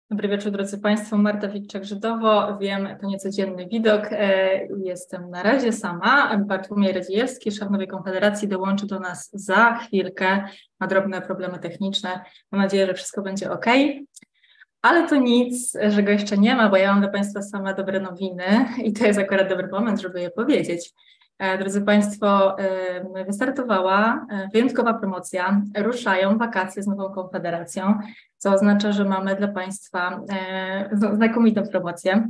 Dobry wieczór, drodzy Państwo. Marta Witczak-Żydowo. Wiem, to niecodzienny widok. Jestem na razie sama. Bartłomiej Radziejewski, szef Nowej Konfederacji, dołączy do nas za chwilkę. Ma drobne problemy techniczne. Mam nadzieję, że wszystko będzie ok. Ale to nic, że go jeszcze nie ma, bo ja mam dla Państwa same dobre nowiny i to jest akurat dobry moment, żeby je powiedzieć. Drodzy Państwo, wystartowała wyjątkowa promocja. Ruszają wakacje z Nową Konfederacją, co oznacza, że mamy dla Państwa znakomitą promocję.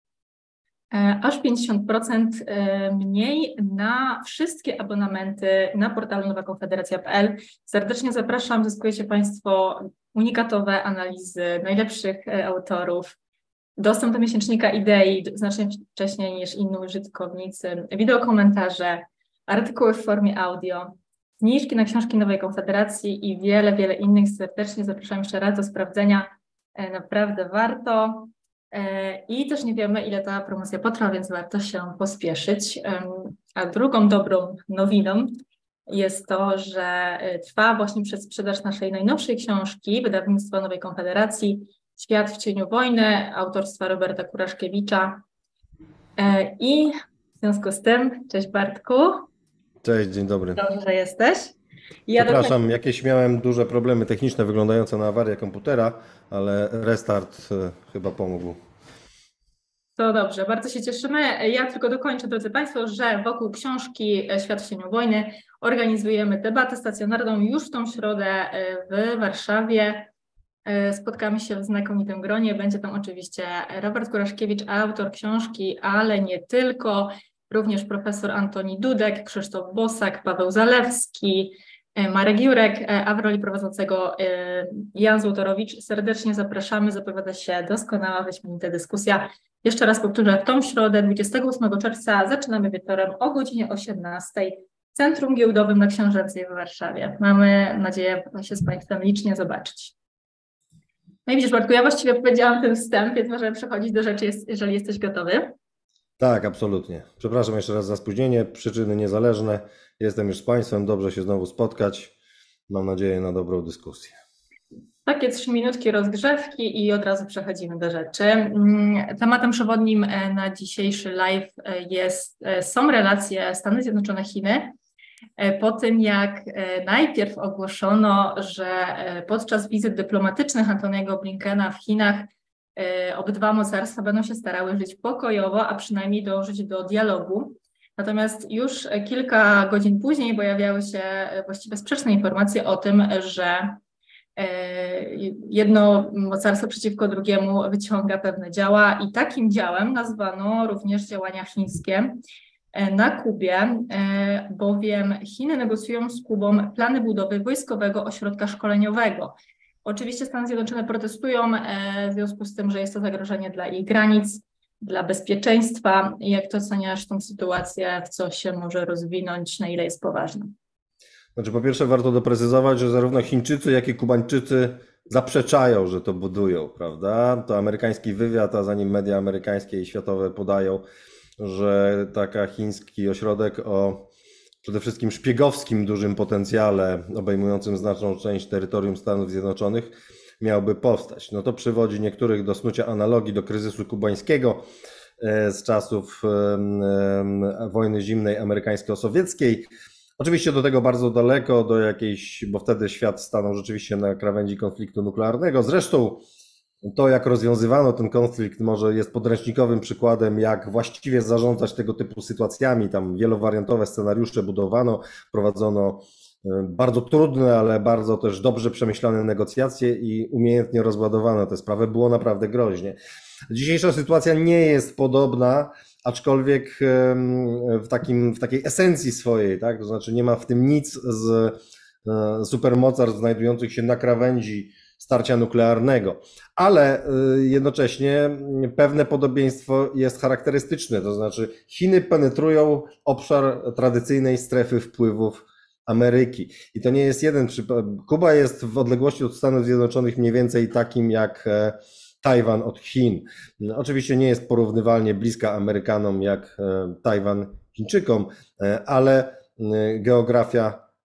Aż 50% mniej na wszystkie abonamenty na portalu nowakonfederacja.pl. Serdecznie zapraszam, zyskujecie Państwo unikatowe analizy najlepszych autorów, dostęp do miesięcznika idei znacznie wcześniej niż inni użytkownicy, wideokomentarze, artykuły w formie audio, zniżki na książki Nowej Konfederacji i wiele, wiele innych. Serdecznie zapraszam jeszcze raz do sprawdzenia. Naprawdę warto. I też nie wiemy, ile ta promocja potrwa, więc warto się pospieszyć. A drugą dobrą nowiną jest to, że trwa właśnie przedsprzedaż naszej najnowszej książki wydawnictwa Nowej Konfederacji Świat w cieniu wojny, autorstwa Roberta Kuraszkiewicza. I w związku z tym, cześć Bartku. Cześć, dzień dobry. Dobrze, że jesteś. Przepraszam, jakieś miałem duże problemy techniczne wyglądające na awarię komputera, ale restart chyba pomógł. To dobrze, bardzo się cieszymy. Ja tylko dokończę, drodzy Państwo, że wokół książki Świat w cieniu wojny organizujemy debatę stacjonarną już w tą środę w Warszawie. Spotkamy się w znakomitym gronie. Będzie tam oczywiście Robert Kuraszkiewicz, autor książki, ale nie tylko. Również profesor Antoni Dudek, Krzysztof Bosak, Paweł Zalewski, Marek Jurek, a w roli prowadzącego Jan Złotorowicz. Serdecznie zapraszamy, zapowiada się doskonała, wyśmienita dyskusja. Jeszcze raz powtórzę, w tą środę, 28 czerwca, zaczynamy wieczorem o godzinie 18 w Centrum Giełdowym na Książęcej w Warszawie. Mamy nadzieję się z Państwem licznie zobaczyć. No i widzisz, Bartku, ja właściwie powiedziałam ten wstęp, więc możemy przechodzić do rzeczy, jeżeli jesteś gotowy. Tak, absolutnie. Przepraszam jeszcze raz za spóźnienie, przyczyny niezależne. Jestem już z Państwem, dobrze się znowu spotkać. Mam nadzieję na dobrą dyskusję. Takie 3 minutki rozgrzewki i od razu przechodzimy do rzeczy. Tematem przewodnim na dzisiejszy live są relacje Stany Zjednoczone-Chiny. Po tym, jak najpierw ogłoszono, że podczas wizyt dyplomatycznych Antoniego Blinkena w Chinach obydwa mocarstwa będą się starały żyć pokojowo, a przynajmniej dążyć do dialogu. Natomiast już kilka godzin później pojawiały się właściwie sprzeczne informacje o tym, że jedno mocarstwo przeciwko drugiemu wyciąga pewne działa i takim działem nazwano również działania chińskie na Kubie, bowiem Chiny negocjują z Kubą plany budowy wojskowego ośrodka szkoleniowego. Oczywiście Stany Zjednoczone protestują w związku z tym, że jest to zagrożenie dla ich granic, dla bezpieczeństwa. Jak to oceniasz tą sytuację, w co się może rozwinąć, na ile jest poważna? Znaczy, po pierwsze warto doprecyzować, że zarówno Chińczycy, jak i Kubańczycy zaprzeczają, że to budują, prawda? To amerykański wywiad, a za nim media amerykańskie i światowe podają, że taki chiński ośrodek o przede wszystkim szpiegowskim dużym potencjale, obejmującym znaczną część terytorium Stanów Zjednoczonych, miałby powstać. No to przywodzi niektórych do snucia analogii do kryzysu kubańskiego z czasów wojny zimnej amerykańsko-sowieckiej. Oczywiście do tego bardzo daleko, do jakiejś, bo wtedy świat stanął rzeczywiście na krawędzi konfliktu nuklearnego. Zresztą to, jak rozwiązywano ten konflikt, może jest podręcznikowym przykładem, jak właściwie zarządzać tego typu sytuacjami. Tam wielowariantowe scenariusze budowano, prowadzono bardzo trudne, ale bardzo też dobrze przemyślane negocjacje i umiejętnie rozładowano tę sprawę. Było naprawdę groźnie. Dzisiejsza sytuacja nie jest podobna, aczkolwiek w takiej esencji swojej, tak? To znaczy nie ma w tym nic z supermocarstw znajdujących się na krawędzi starcia nuklearnego, ale jednocześnie pewne podobieństwo jest charakterystyczne, to znaczy Chiny penetrują obszar tradycyjnej strefy wpływów Ameryki i to nie jest jeden przypadek. Kuba jest w odległości od Stanów Zjednoczonych mniej więcej takim jak Tajwan od Chin. Oczywiście nie jest porównywalnie bliska Amerykanom jak Tajwan Chińczykom, ale geografia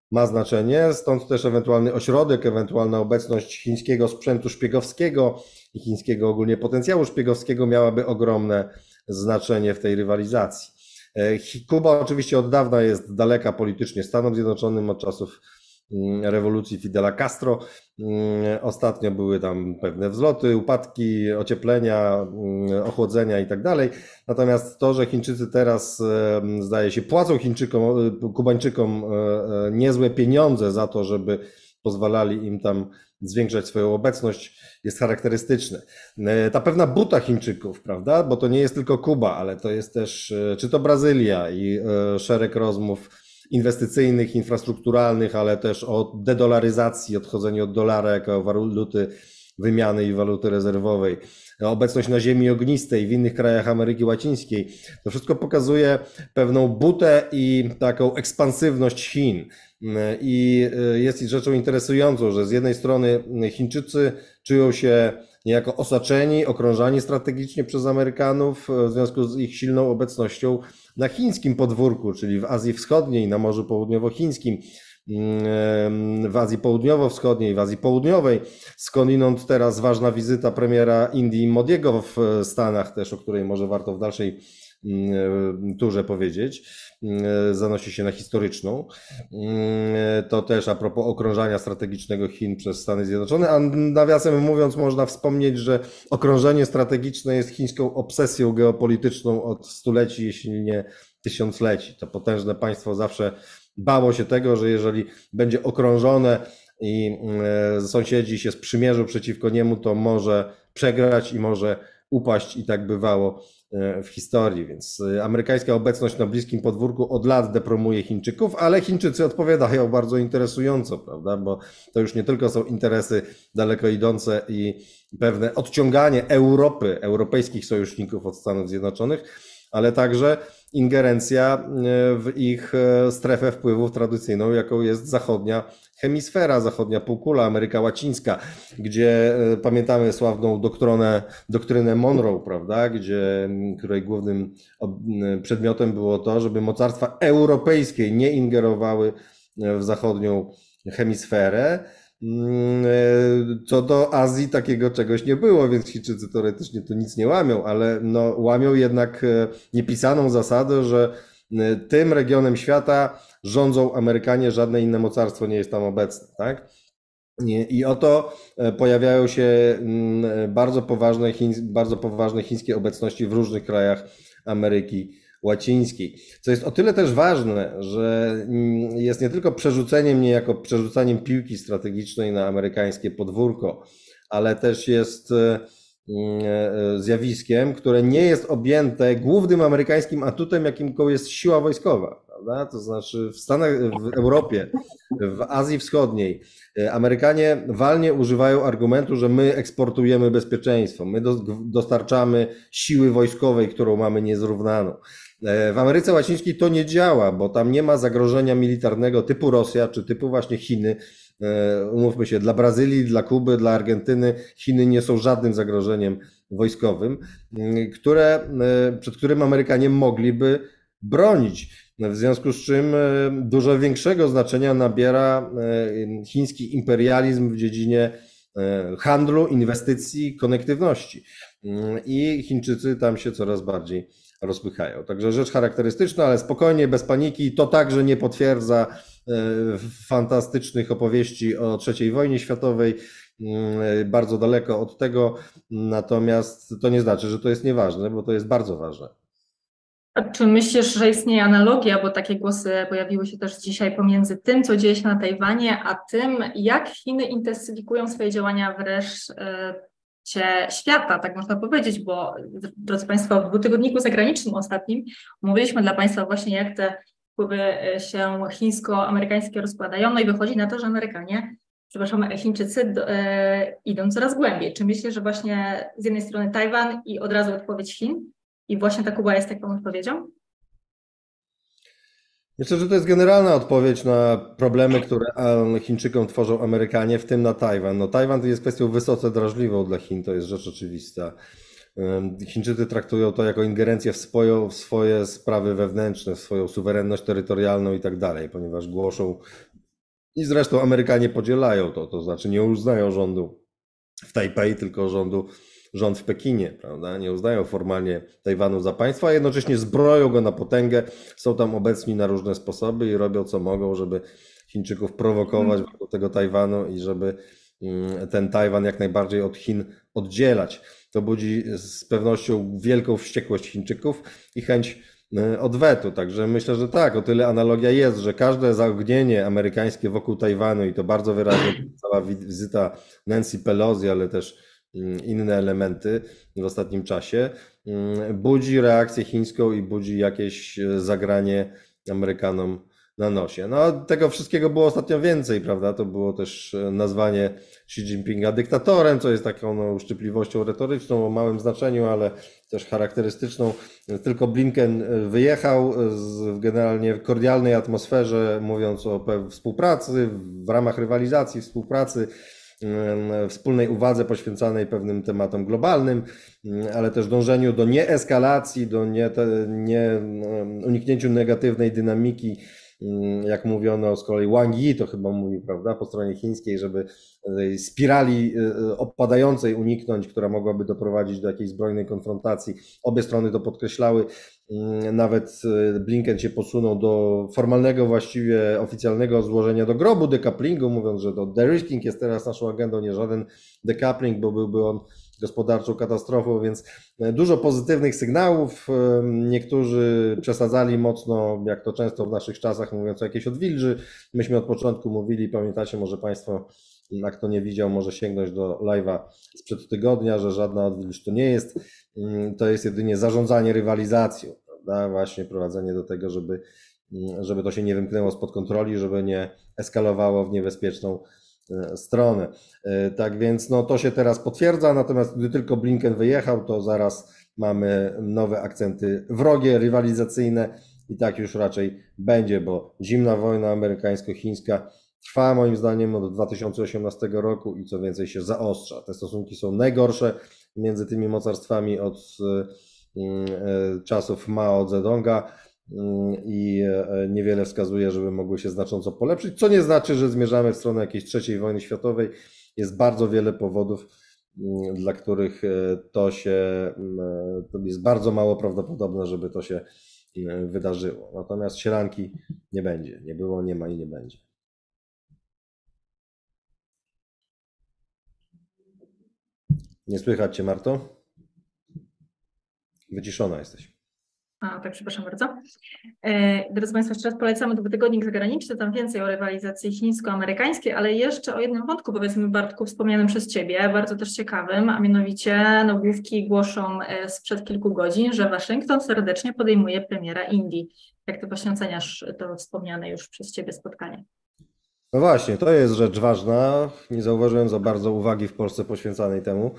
ma znaczenie, stąd też ewentualny ośrodek, ewentualna obecność chińskiego sprzętu szpiegowskiego i chińskiego ogólnie potencjału szpiegowskiego miałaby ogromne znaczenie w tej rywalizacji. Kuba oczywiście od dawna jest daleka politycznie Stanom Zjednoczonym od czasów rewolucji Fidela Castro. Ostatnio były tam pewne wzloty, upadki, ocieplenia, ochłodzenia i tak dalej. Natomiast to, że Chińczycy teraz, zdaje się, płacą Kubańczykom niezłe pieniądze za to, żeby pozwalali im tam zwiększać swoją obecność, jest charakterystyczne. Ta pewna buta Chińczyków, prawda? Bo to nie jest tylko Kuba, ale to jest też, czy to Brazylia i szereg rozmów inwestycyjnych, infrastrukturalnych, ale też o dedolaryzacji, odchodzeniu od dolara jako waluty wymiany i waluty rezerwowej, obecność na ziemi ognistej w innych krajach Ameryki Łacińskiej. To wszystko pokazuje pewną butę i taką ekspansywność Chin. I jest rzeczą interesującą, że z jednej strony Chińczycy czują się niejako osaczeni, okrążani strategicznie przez Amerykanów w związku z ich silną obecnością na chińskim podwórku, czyli w Azji Wschodniej, na Morzu Południowochińskim, w Azji Południowo-Wschodniej, w Azji Południowej. Skądinąd teraz ważna wizyta premiera Indii Modiego w Stanach też, o której może warto w dalszej turze powiedzieć. Zanosi się na historyczną. To też a propos okrążania strategicznego Chin przez Stany Zjednoczone, a nawiasem mówiąc można wspomnieć, że okrążenie strategiczne jest chińską obsesją geopolityczną od stuleci, jeśli nie tysiącleci. To potężne państwo zawsze bało się tego, że jeżeli będzie okrążone i sąsiedzi się sprzymierzą przeciwko niemu, to może przegrać i może upaść, i tak bywało w historii, więc amerykańska obecność na bliskim podwórku od lat depromuje Chińczyków, ale Chińczycy odpowiadają bardzo interesująco, prawda, bo to już nie tylko są interesy daleko idące i pewne odciąganie Europy, europejskich sojuszników od Stanów Zjednoczonych, ale także ingerencja w ich strefę wpływów tradycyjną, jaką jest zachodnia hemisfera, zachodnia półkula, Ameryka Łacińska, gdzie pamiętamy sławną doktrynę Monroe, prawda, której głównym przedmiotem było to, żeby mocarstwa europejskie nie ingerowały w zachodnią hemisferę. Co do Azji takiego czegoś nie było, więc Chińczycy teoretycznie tu nic nie łamią, ale no, łamią jednak niepisaną zasadę, że tym regionem świata rządzą Amerykanie, żadne inne mocarstwo nie jest tam obecne, tak? I oto pojawiają się bardzo poważne chińskie obecności w różnych krajach Ameryki Łacińskiej. Co jest o tyle też ważne, że jest nie tylko niejako przerzucaniem piłki strategicznej na amerykańskie podwórko, ale też jest zjawiskiem, które nie jest objęte głównym amerykańskim atutem, jakim jest siła wojskowa, prawda? To znaczy w Europie, w Azji Wschodniej Amerykanie walnie używają argumentu, że my eksportujemy bezpieczeństwo, my dostarczamy siły wojskowej, którą mamy niezrównaną. W Ameryce Łacińskiej to nie działa, bo tam nie ma zagrożenia militarnego typu Rosja czy typu właśnie Chiny. Umówmy się, dla Brazylii, dla Kuby, dla Argentyny Chiny nie są żadnym zagrożeniem wojskowym, przed którym Amerykanie mogliby bronić. W związku z czym dużo większego znaczenia nabiera chiński imperializm w dziedzinie handlu, inwestycji, konektywności. I Chińczycy tam się coraz bardziej rozpychają. Także rzecz charakterystyczna, ale spokojnie, bez paniki. To także nie potwierdza fantastycznych opowieści o III wojnie światowej. Bardzo daleko od tego. Natomiast to nie znaczy, że to jest nieważne, bo to jest bardzo ważne. A czy myślisz, że istnieje analogia, bo takie głosy pojawiły się też dzisiaj pomiędzy tym, co dzieje się na Tajwanie, a tym, jak Chiny intensyfikują swoje działania w reszcie świata, tak można powiedzieć, bo drodzy Państwo, w dwutygodniku zagranicznym ostatnim omówiliśmy dla Państwa właśnie, jak te wpływy się chińsko-amerykańskie rozkładają, no i wychodzi na to, że Chińczycy idą coraz głębiej. Czy myślisz, że właśnie z jednej strony Tajwan i od razu odpowiedź Chin i właśnie ta Kuba jest taką odpowiedzią? Myślę, że to jest generalna odpowiedź na problemy, które Chińczykom tworzą Amerykanie, w tym na Tajwan. No, Tajwan jest kwestią wysoce drażliwą dla Chin, to jest rzecz oczywista. Chińczycy traktują to jako ingerencję w swoje sprawy wewnętrzne, w swoją suwerenność terytorialną i tak dalej, ponieważ głoszą I zresztą Amerykanie podzielają to znaczy nie uznają rządu w Tajpej, tylko rząd w Pekinie, prawda? Nie uznają formalnie Tajwanu za państwo, a jednocześnie zbroją go na potęgę, są tam obecni na różne sposoby i robią co mogą, żeby Chińczyków prowokować wokół tego Tajwanu i żeby ten Tajwan jak najbardziej od Chin oddzielać. To budzi z pewnością wielką wściekłość Chińczyków i chęć odwetu. Także myślę, że tak, o tyle analogia jest, że każde zaognienie amerykańskie wokół Tajwanu i to bardzo wyraźnie cała wizyta Nancy Pelosi, ale też inne elementy w ostatnim czasie, budzi reakcję chińską i budzi jakieś zagranie Amerykanom na nosie. No, tego wszystkiego było ostatnio więcej, prawda? To było też nazwanie Xi Jinpinga dyktatorem, co jest taką uszczypliwością retoryczną o małym znaczeniu, ale też charakterystyczną. Tylko Blinken wyjechał w generalnie kordialnej atmosferze, mówiąc o współpracy, w ramach rywalizacji, współpracy, wspólnej uwadze poświęcanej pewnym tematom globalnym, ale też dążeniu do nieeskalacji, do uniknięciu negatywnej dynamiki, jak mówiono z kolei Wang Yi, to chyba mówił, prawda, po stronie chińskiej, żeby tej spirali opadającej uniknąć, która mogłaby doprowadzić do jakiejś zbrojnej konfrontacji. Obie strony to podkreślały. Nawet Blinken się posunął do formalnego, właściwie oficjalnego złożenia do grobu decouplingu, mówiąc, że to de-risking jest teraz naszą agendą, nie żaden decoupling, bo byłby on gospodarczą katastrofą, więc dużo pozytywnych sygnałów. Niektórzy przesadzali mocno, jak to często w naszych czasach, mówiąc o jakiejś odwilży. Myśmy od początku mówili, pamiętacie, może Państwo, jak kto nie widział, może sięgnąć do live'a sprzed tygodnia, że żadna odwilż to nie jest. To jest jedynie zarządzanie rywalizacją, prawda? Właśnie prowadzenie do tego, żeby to się nie wymknęło spod kontroli, żeby nie eskalowało w niebezpieczną stronę. Tak więc no, to się teraz potwierdza, natomiast gdy tylko Blinken wyjechał, to zaraz mamy nowe akcenty wrogie, rywalizacyjne i tak już raczej będzie, bo zimna wojna amerykańsko-chińska trwa moim zdaniem od 2018 roku i co więcej się zaostrza. Te stosunki są najgorsze między tymi mocarstwami od czasów Mao Zedonga i niewiele wskazuje, żeby mogły się znacząco polepszyć, co nie znaczy, że zmierzamy w stronę jakiejś III wojny światowej. Jest bardzo wiele powodów, dla których to jest bardzo mało prawdopodobne, żeby to się wydarzyło. Natomiast sielanki nie będzie, nie było, nie ma i nie będzie. Nie słychać Cię, Marto? Wyciszona jesteś. Tak, przepraszam bardzo. Drodzy Państwo, jeszcze raz polecamy dwutygodnik zagraniczny, tam więcej o rywalizacji chińsko-amerykańskiej, ale jeszcze o jednym wątku, powiedzmy Bartku, wspomnianym przez Ciebie, bardzo też ciekawym, a mianowicie nagłówki głoszą sprzed kilku godzin, że Waszyngton serdecznie podejmuje premiera Indii. Jak Ty właśnie oceniasz to wspomniane już przez Ciebie spotkanie? No właśnie, to jest rzecz ważna. Nie zauważyłem za bardzo uwagi w Polsce poświęcanej temu.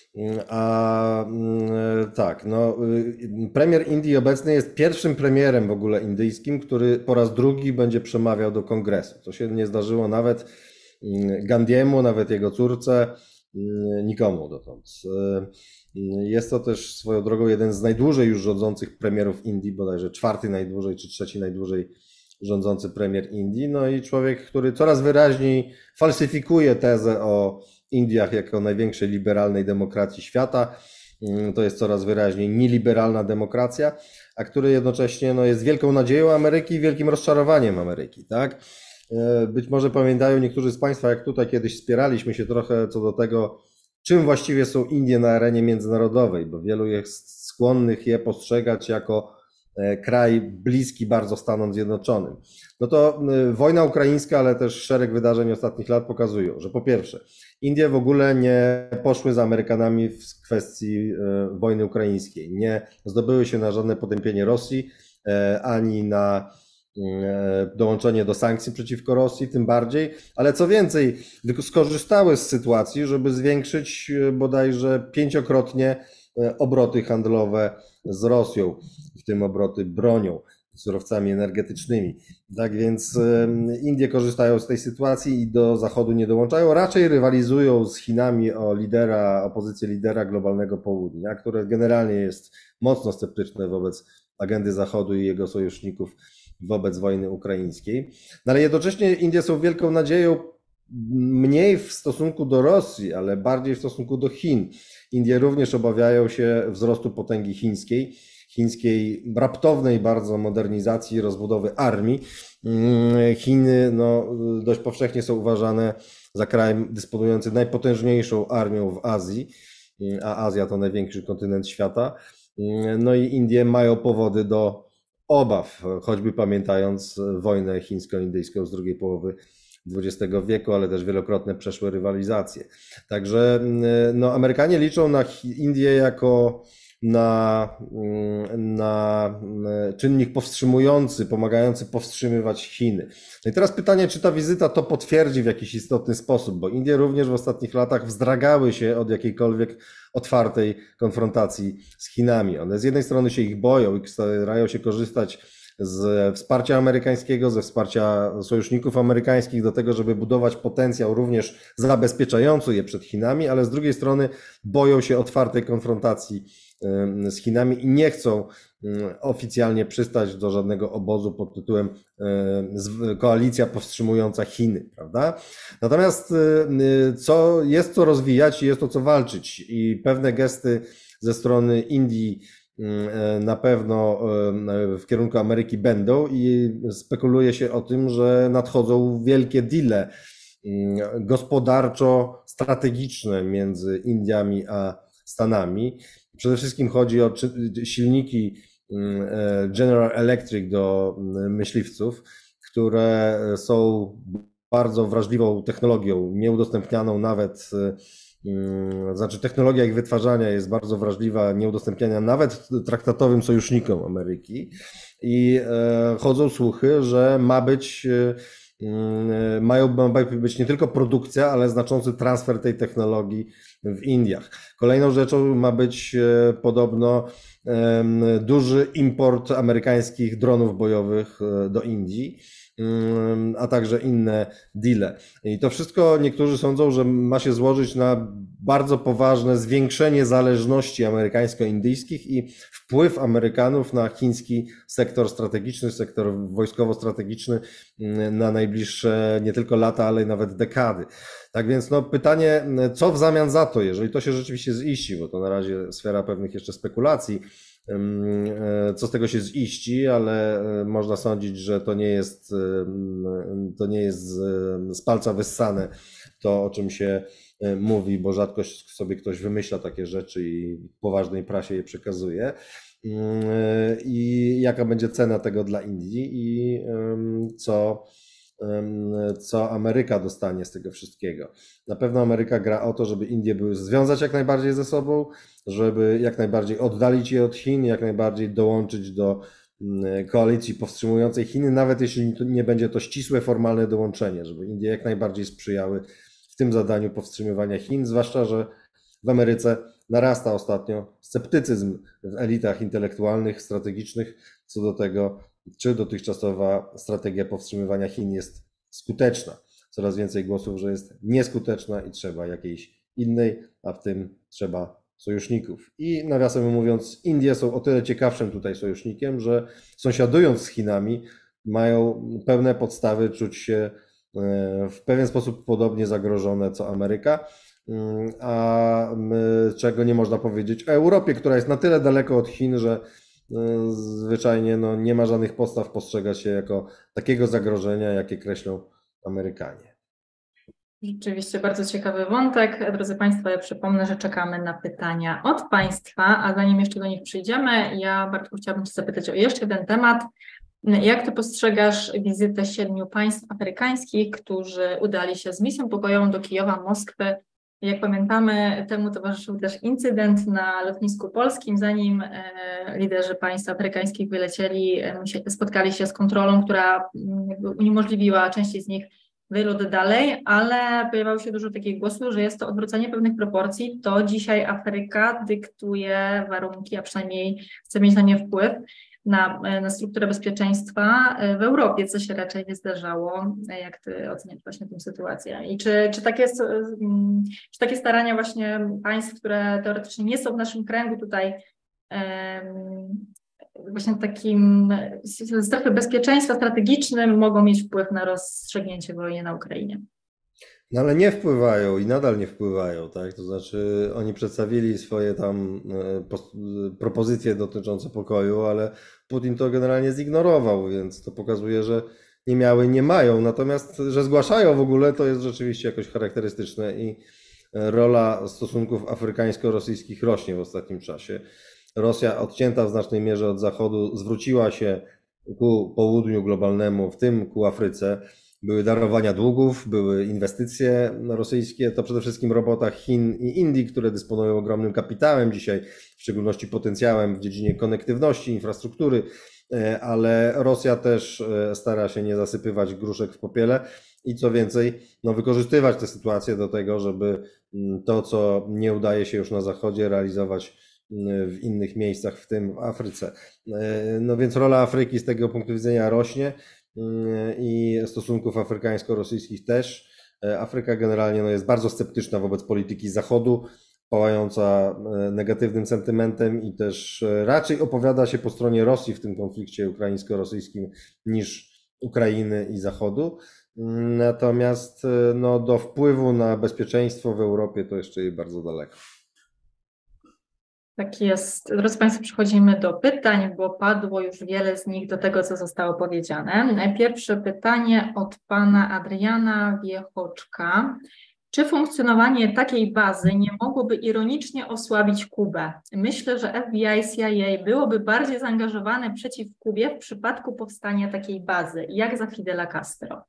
A tak, no, premier Indii obecny jest pierwszym premierem w ogóle indyjskim, który po raz drugi będzie przemawiał do kongresu. To się nie zdarzyło nawet Gandhiemu, nawet jego córce, nikomu dotąd. Jest to też swoją drogą jeden z najdłużej już rządzących premierów Indii, bodajże czwarty najdłużej czy trzeci najdłużej rządzący premier Indii. No i człowiek, który coraz wyraźniej falsyfikuje tezę o Indiach jako największej liberalnej demokracji świata. To jest coraz wyraźniej nieliberalna demokracja, a który jednocześnie no, jest wielką nadzieją Ameryki i wielkim rozczarowaniem Ameryki, tak? Być może pamiętają niektórzy z Państwa, jak tutaj kiedyś spieraliśmy się trochę co do tego, czym właściwie są Indie na arenie międzynarodowej, bo wielu jest skłonnych je postrzegać jako kraj bliski bardzo Stanom Zjednoczonym. No to wojna ukraińska, ale też szereg wydarzeń ostatnich lat pokazują, że po pierwsze, Indie w ogóle nie poszły za Amerykanami w kwestii wojny ukraińskiej, nie zdobyły się na żadne potępienie Rosji, ani na dołączenie do sankcji przeciwko Rosji, tym bardziej, ale co więcej, skorzystały z sytuacji, żeby zwiększyć bodajże 5-krotnie obroty handlowe z Rosją, w tym obroty bronią, surowcami energetycznymi. Tak więc Indie korzystają z tej sytuacji i do Zachodu nie dołączają, raczej rywalizują z Chinami o pozycję lidera globalnego południa, które generalnie jest mocno sceptyczne wobec agendy Zachodu i jego sojuszników wobec wojny ukraińskiej. No ale jednocześnie Indie są wielką nadzieją mniej w stosunku do Rosji, ale bardziej w stosunku do Chin. Indie również obawiają się wzrostu potęgi chińskiej raptownej bardzo modernizacji, rozbudowy armii. Chiny no, dość powszechnie są uważane za kraj dysponujący najpotężniejszą armią w Azji, a Azja to największy kontynent świata. No i Indie mają powody do obaw, choćby pamiętając wojnę chińsko-indyjską z drugiej połowy XX wieku, ale też wielokrotne przeszłe rywalizacje. Także no, Amerykanie liczą na Indie jako na czynnik powstrzymujący, pomagający powstrzymywać Chiny. No i teraz pytanie, czy ta wizyta to potwierdzi w jakiś istotny sposób, bo Indie również w ostatnich latach wzdragały się od jakiejkolwiek otwartej konfrontacji z Chinami. One z jednej strony się ich boją i starają się korzystać z wsparcia amerykańskiego, ze wsparcia sojuszników amerykańskich do tego, żeby budować potencjał również zabezpieczający je przed Chinami, ale z drugiej strony boją się otwartej konfrontacji z Chinami i nie chcą oficjalnie przystać do żadnego obozu pod tytułem koalicja powstrzymująca Chiny, prawda? Natomiast jest co rozwijać i jest o co walczyć i pewne gesty ze strony Indii na pewno w kierunku Ameryki będą i spekuluje się o tym, że nadchodzą wielkie deale gospodarczo-strategiczne między Indiami a Stanami. Przede wszystkim chodzi o silniki General Electric do myśliwców, które są bardzo wrażliwą technologią, nieudostępnianą nawet, znaczy technologia ich wytwarzania jest bardzo wrażliwa, nieudostępniania nawet traktatowym sojusznikom Ameryki i chodzą słuchy, że ma być nie tylko produkcja, ale znaczący transfer tej technologii w Indiach. Kolejną rzeczą ma być podobno duży import amerykańskich dronów bojowych do Indii, a także inne deale. I to wszystko niektórzy sądzą, że ma się złożyć na bardzo poważne zwiększenie zależności amerykańsko-indyjskich i wpływ Amerykanów na chiński sektor strategiczny, sektor wojskowo-strategiczny na najbliższe nie tylko lata, ale i nawet dekady. Tak więc no, pytanie, co w zamian za to, jeżeli to się rzeczywiście ziści, bo to na razie sfera pewnych jeszcze spekulacji, co z tego się ziści, ale można sądzić, że to nie jest z palca wyssane to, o czym się mówi, bo rzadko sobie ktoś wymyśla takie rzeczy i w poważnej prasie je przekazuje. I jaka będzie cena tego dla Indii i co Ameryka dostanie z tego wszystkiego. Na pewno Ameryka gra o to, żeby Indie były związać jak najbardziej ze sobą, żeby jak najbardziej oddalić je od Chin, jak najbardziej dołączyć do koalicji powstrzymującej Chiny, nawet jeśli nie będzie to ścisłe, formalne dołączenie, żeby Indie jak najbardziej sprzyjały w tym zadaniu powstrzymywania Chin, zwłaszcza, że w Ameryce narasta ostatnio sceptycyzm w elitach intelektualnych, strategicznych co do tego, czy dotychczasowa strategia powstrzymywania Chin jest skuteczna. Coraz więcej głosów, że jest nieskuteczna i trzeba jakiejś innej, a w tym trzeba sojuszników. I nawiasem mówiąc, Indie są o tyle ciekawszym tutaj sojusznikiem, że sąsiadując z Chinami mają pełne podstawy czuć się w pewien sposób podobnie zagrożone co Ameryka, a czego nie można powiedzieć o Europie, która jest na tyle daleko od Chin, że zwyczajnie no, nie ma żadnych podstaw postrzegać się jako takiego zagrożenia, jakie kreślą Amerykanie. Rzeczywiście bardzo ciekawy wątek. Drodzy Państwo, ja przypomnę, że czekamy na pytania od Państwa, a zanim jeszcze do nich przyjdziemy, ja Bartku chciałabym Cię zapytać o jeszcze jeden temat. Jak Ty postrzegasz wizytę 7 państw afrykańskich, którzy udali się z misją pokojową do Kijowa, Moskwy? Jak pamiętamy, temu towarzyszył też incydent na lotnisku polskim, zanim liderzy państw afrykańskich wylecieli, spotkali się z kontrolą, która uniemożliwiła części z nich wylot dalej, ale pojawiało się dużo takich głosów, że jest to odwrócenie pewnych proporcji. To dzisiaj Afryka dyktuje warunki, a przynajmniej chce mieć na nie wpływ na strukturę bezpieczeństwa w Europie, co się raczej nie zdarzało. Jak Ty oceniasz właśnie tę sytuację? I czy takie starania właśnie państw, które teoretycznie nie są w naszym kręgu tutaj właśnie takim strefy bezpieczeństwa strategicznym mogą mieć wpływ na rozstrzygnięcie wojny na Ukrainie. No ale nie wpływają i nadal nie wpływają, tak? To znaczy oni przedstawili swoje tam propozycje dotyczące pokoju, ale Putin to generalnie zignorował, więc to pokazuje, że nie miały, nie mają. Natomiast, że zgłaszają w ogóle, to jest rzeczywiście jakoś charakterystyczne i rola stosunków afrykańsko-rosyjskich rośnie w ostatnim czasie. Rosja odcięta w znacznej mierze od Zachodu zwróciła się ku południu globalnemu, w tym ku Afryce. Były darowania długów, były inwestycje rosyjskie, to przede wszystkim robota Chin i Indii, które dysponują ogromnym kapitałem dzisiaj, w szczególności potencjałem w dziedzinie konektywności, infrastruktury, ale Rosja też stara się nie zasypywać gruszek w popiele i co więcej, no wykorzystywać tę sytuację do tego, żeby to, co nie udaje się już na Zachodzie, realizować w innych miejscach, w tym w Afryce. No więc rola Afryki z tego punktu widzenia rośnie i stosunków afrykańsko-rosyjskich też. Afryka generalnie no, jest bardzo sceptyczna wobec polityki Zachodu, pałająca negatywnym sentymentem i też raczej opowiada się po stronie Rosji w tym konflikcie ukraińsko-rosyjskim niż Ukrainy i Zachodu. Natomiast no, do wpływu na bezpieczeństwo w Europie to jeszcze jej bardzo daleko. Tak jest. Drodzy Państwo, przechodzimy do pytań, bo padło już wiele z nich do tego, co zostało powiedziane. Pierwsze pytanie od pana Adriana Wiechoczka. Czy funkcjonowanie takiej bazy nie mogłoby ironicznie osłabić Kubę? Myślę, że FBI, CIA byłoby bardziej zaangażowane przeciw Kubie w przypadku powstania takiej bazy, jak za Fidela Castro.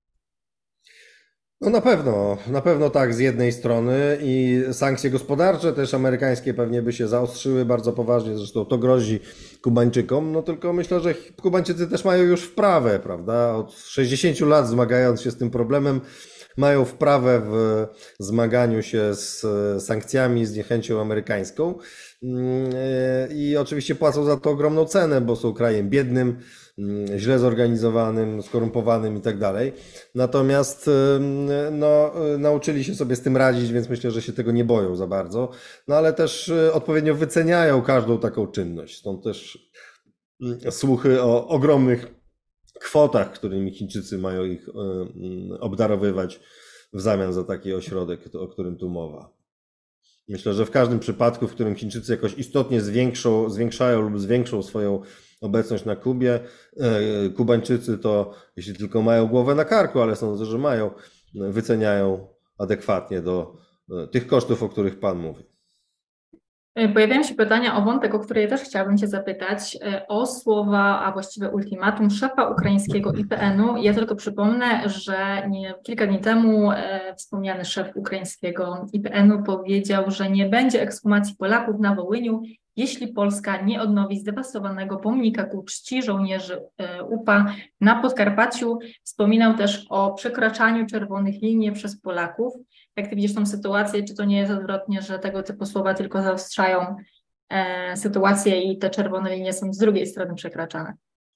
No na pewno tak z jednej strony i sankcje gospodarcze też amerykańskie pewnie by się zaostrzyły bardzo poważnie, zresztą to grozi Kubańczykom, no tylko myślę, że Kubańczycy też mają już wprawę, prawda, od 60 lat zmagając się z tym problemem, mają wprawę w zmaganiu się z sankcjami, z niechęcią amerykańską i oczywiście płacą za to ogromną cenę, bo są krajem biednym, źle zorganizowanym, skorumpowanym i tak dalej. Natomiast no, nauczyli się sobie z tym radzić, więc myślę, że się tego nie boją za bardzo. No ale też odpowiednio wyceniają każdą taką czynność. Stąd też słuchy o ogromnych kwotach, którymi Chińczycy mają ich obdarowywać w zamian za taki ośrodek, o którym tu mowa. Myślę, że w każdym przypadku, w którym Chińczycy jakoś istotnie zwiększają lub zwiększą swoją obecność na Kubie, Kubańczycy to, jeśli tylko mają głowę na karku, ale sądzę, że mają, wyceniają adekwatnie do tych kosztów, o których Pan mówi. Pojawiają się pytania o wątek, o który ja też chciałabym Cię zapytać, o słowa, a właściwie ultimatum szefa ukraińskiego IPN-u. Ja tylko przypomnę, że kilka dni temu wspomniany szef ukraińskiego IPN-u powiedział, że nie będzie ekshumacji Polaków na Wołyniu, jeśli Polska nie odnowi zdewastowanego pomnika ku czci żołnierzy UPA na Podkarpaciu. Wspominał też o przekraczaniu czerwonych linii przez Polaków. Jak Ty widzisz tą sytuację, czy to nie jest odwrotnie, że tego typu słowa tylko zaostrzają sytuację i te czerwone linie są z drugiej strony przekraczane?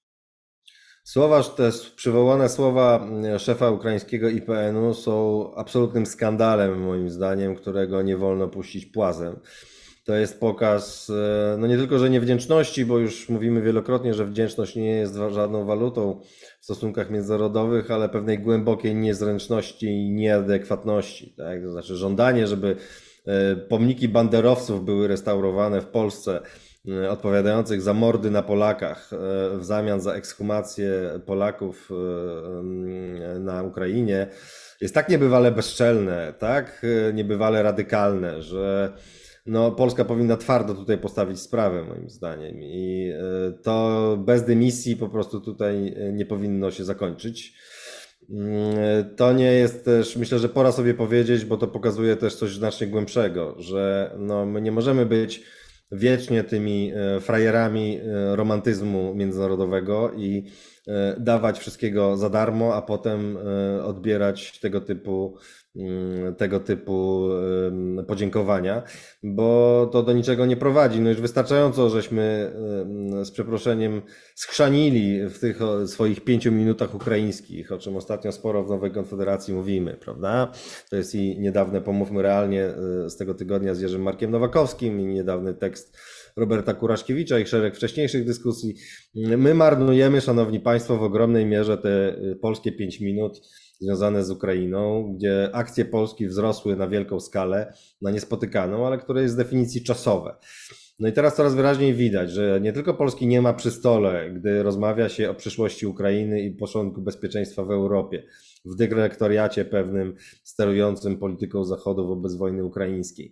Te przywołane słowa szefa ukraińskiego IPN-u są absolutnym skandalem, moim zdaniem, którego nie wolno puścić płazem. To jest pokaz, no nie tylko, że niewdzięczności, bo już mówimy wielokrotnie, że wdzięczność nie jest żadną walutą w stosunkach międzynarodowych, ale pewnej głębokiej niezręczności i nieadekwatności. Tak? To znaczy żądanie, żeby pomniki banderowców były restaurowane w Polsce, odpowiadających za mordy na Polakach w zamian za ekshumację Polaków na Ukrainie, jest tak niebywale bezczelne, tak niebywale radykalne, że no, Polska powinna twardo tutaj postawić sprawę, moim zdaniem. I to bez dymisji po prostu tutaj nie powinno się zakończyć. To nie jest też, myślę, że pora sobie powiedzieć, bo to pokazuje też coś znacznie głębszego, że no, my nie możemy być wiecznie tymi frajerami romantyzmu międzynarodowego i dawać wszystkiego za darmo, a potem odbierać tego typu podziękowania, bo to do niczego nie prowadzi. No już wystarczająco, żeśmy z przeproszeniem schrzanili w tych swoich 5 minutach ukraińskich, o czym ostatnio sporo w Nowej Konfederacji mówimy, prawda? To jest i niedawne Pomówmy Realnie z tego tygodnia z Jerzym Markiem Nowakowskim i niedawny tekst Roberta Kuraszkiewicza i szereg wcześniejszych dyskusji. My marnujemy, szanowni państwo, w ogromnej mierze te polskie 5 minut związane z Ukrainą, gdzie akcje Polski wzrosły na wielką skalę, na niespotykaną, ale które jest z definicji czasowe. No i teraz coraz wyraźniej widać, że nie tylko Polski nie ma przy stole, gdy rozmawia się o przyszłości Ukrainy i początku bezpieczeństwa w Europie, w dyrektoriacie pewnym sterującym polityką Zachodu wobec wojny ukraińskiej.